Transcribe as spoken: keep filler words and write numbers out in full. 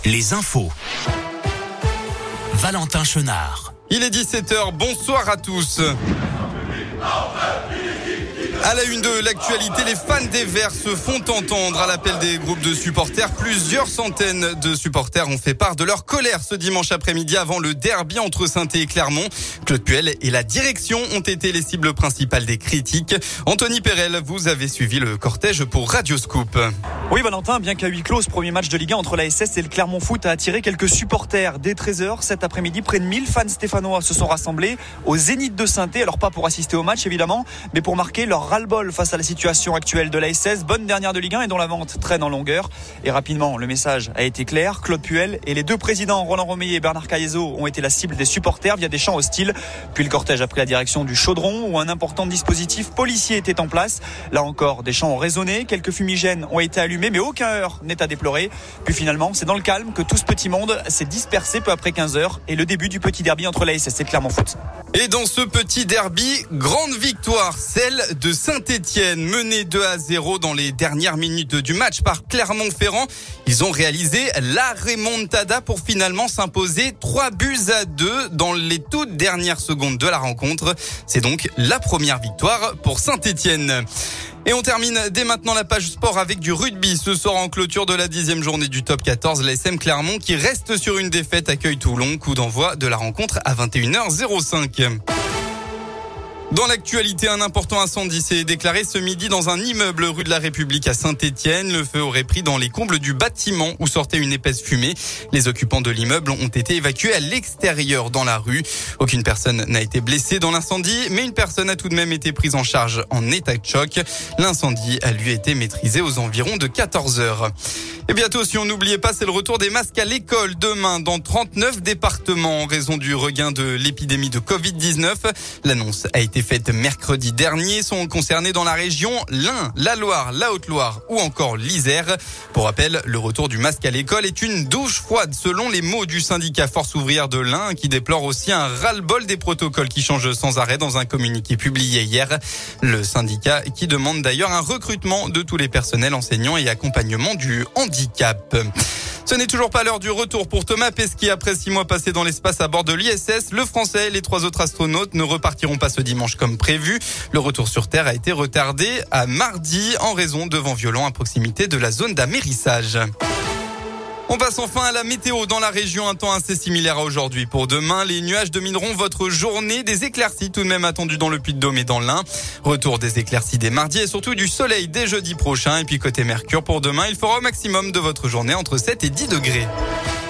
les infos. Valentin Chenard. Il est dix-sept heures, bonsoir à tous. À la une de l'actualité, les fans des Verts se font entendre à l'appel des groupes de supporters. Plusieurs centaines de supporters ont fait part de leur colère ce dimanche après-midi avant le derby entre Saint-Étienne et Clermont. Claude Puel et la direction ont été les cibles principales des critiques. Anthony Perel, vous avez suivi le cortège pour Radio Scoop. Oui Valentin, bien qu'à huis clos, ce premier match de Ligue un entre la S S et le Clermont Foot a attiré quelques supporters. Dès treize heures cet après-midi, près de mille fans stéphanois se sont rassemblés au Zénith de Saint-Étienne. Alors pas pour assister au match évidemment, mais pour marquer leur ras-le-bol face à la situation actuelle de la S S, bonne dernière de Ligue un et dont la vente traîne en longueur. Et rapidement, le message a été clair. Claude Puel et les deux présidents, Roland Romeyer et Bernard Caillezot, ont été la cible des supporters via des chants hostiles. Puis le cortège a pris la direction du Chaudron où un important dispositif policier était en place. Là encore, des chants ont résonné, quelques fumigènes ont été allumés, mais aucun heurt n'est à déplorer. Puis finalement, c'est dans le calme que tout ce petit monde s'est dispersé peu après quinze heures et le début du petit derby entre la S S et Clermont Foot. Et dans ce petit derby, grande victoire, celle de Saint-Étienne, menée deux à zéro dans les dernières minutes du match par Clermont-Ferrand. Ils ont réalisé la remontada pour finalement s'imposer trois buts à deux dans les toutes dernières secondes de la rencontre. C'est donc la première victoire pour Saint-Étienne. Et on termine dès maintenant la page sport avec du rugby. Ce soir en clôture de la dixième journée du top quatorze, l'A S M Clermont qui reste sur une défaite accueille Toulon. Coup d'envoi de la rencontre à vingt et une heures cinq. Dans l'actualité, un important incendie s'est déclaré ce midi dans un immeuble rue de la République à Saint-Étienne. Le feu aurait pris dans les combles du bâtiment où sortait une épaisse fumée. Les occupants de l'immeuble ont été évacués à l'extérieur dans la rue. Aucune personne n'a été blessée dans l'incendie, mais une personne a tout de même été prise en charge en état de choc. L'incendie a lui été maîtrisé aux environs de quatorze heures. Et bientôt, si on n'oubliait pas, c'est le retour des masques à l'école demain dans trente-neuf départements en raison du regain de l'épidémie de covid dix-neuf. L'annonce a été faite mercredi dernier. Sont concernés dans la région l'Ain, la Loire, la Haute-Loire ou encore l'Isère. Pour rappel, le retour du masque à l'école est une douche froide selon les mots du syndicat Force ouvrière de l'Ain qui déplore aussi un ras-le-bol des protocoles qui changent sans arrêt dans un communiqué publié hier. Le syndicat qui demande d'ailleurs un recrutement de tous les personnels enseignants et accompagnement du handicap. Handicap. Ce n'est toujours pas l'heure du retour pour Thomas Pesquet. Après six mois passés dans l'espace à bord de l'I S S, le Français et les trois autres astronautes ne repartiront pas ce dimanche comme prévu. Le retour sur Terre a été retardé à mardi en raison de vents violents à proximité de la zone d'amérissage. On passe enfin à la météo dans la région, un temps assez similaire à aujourd'hui. Pour demain, les nuages domineront votre journée, des éclaircies tout de même attendues dans le Puy-de-Dôme et dans l'Ain. Retour des éclaircies dès mardi et surtout du soleil dès jeudi prochain. Et puis côté Mercure, pour demain, il fera au maximum de votre journée entre sept et dix degrés.